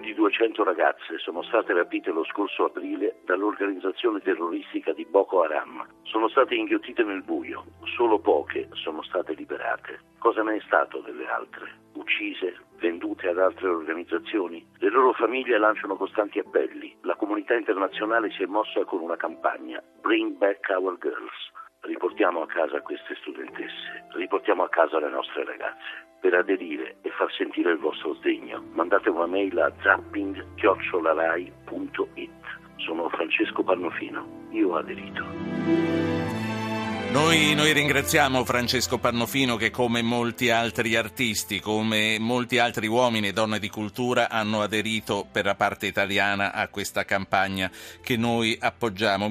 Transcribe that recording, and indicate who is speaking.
Speaker 1: di 200 ragazze sono state rapite lo scorso aprile dall'organizzazione terroristica di Boko Haram. Sono state inghiottite nel buio, solo poche sono state liberate. Cosa ne è stato delle altre? Uccise? Vendute ad altre organizzazioni? Le loro famiglie lanciano costanti appelli. La comunità internazionale si è mossa con una campagna Bring Back Our Girls. Riportiamo a casa queste studentesse, riportiamo a casa le nostre ragazze. Per aderire e far sentire il vostro sdegno, mandate una mail a zapping@rai.it. Sono Francesco Pannofino, io ho aderito.
Speaker 2: Noi ringraziamo Francesco Pannofino che, come molti altri artisti, come molti altri uomini e donne di cultura, hanno aderito per la parte italiana a questa campagna che noi appoggiamo.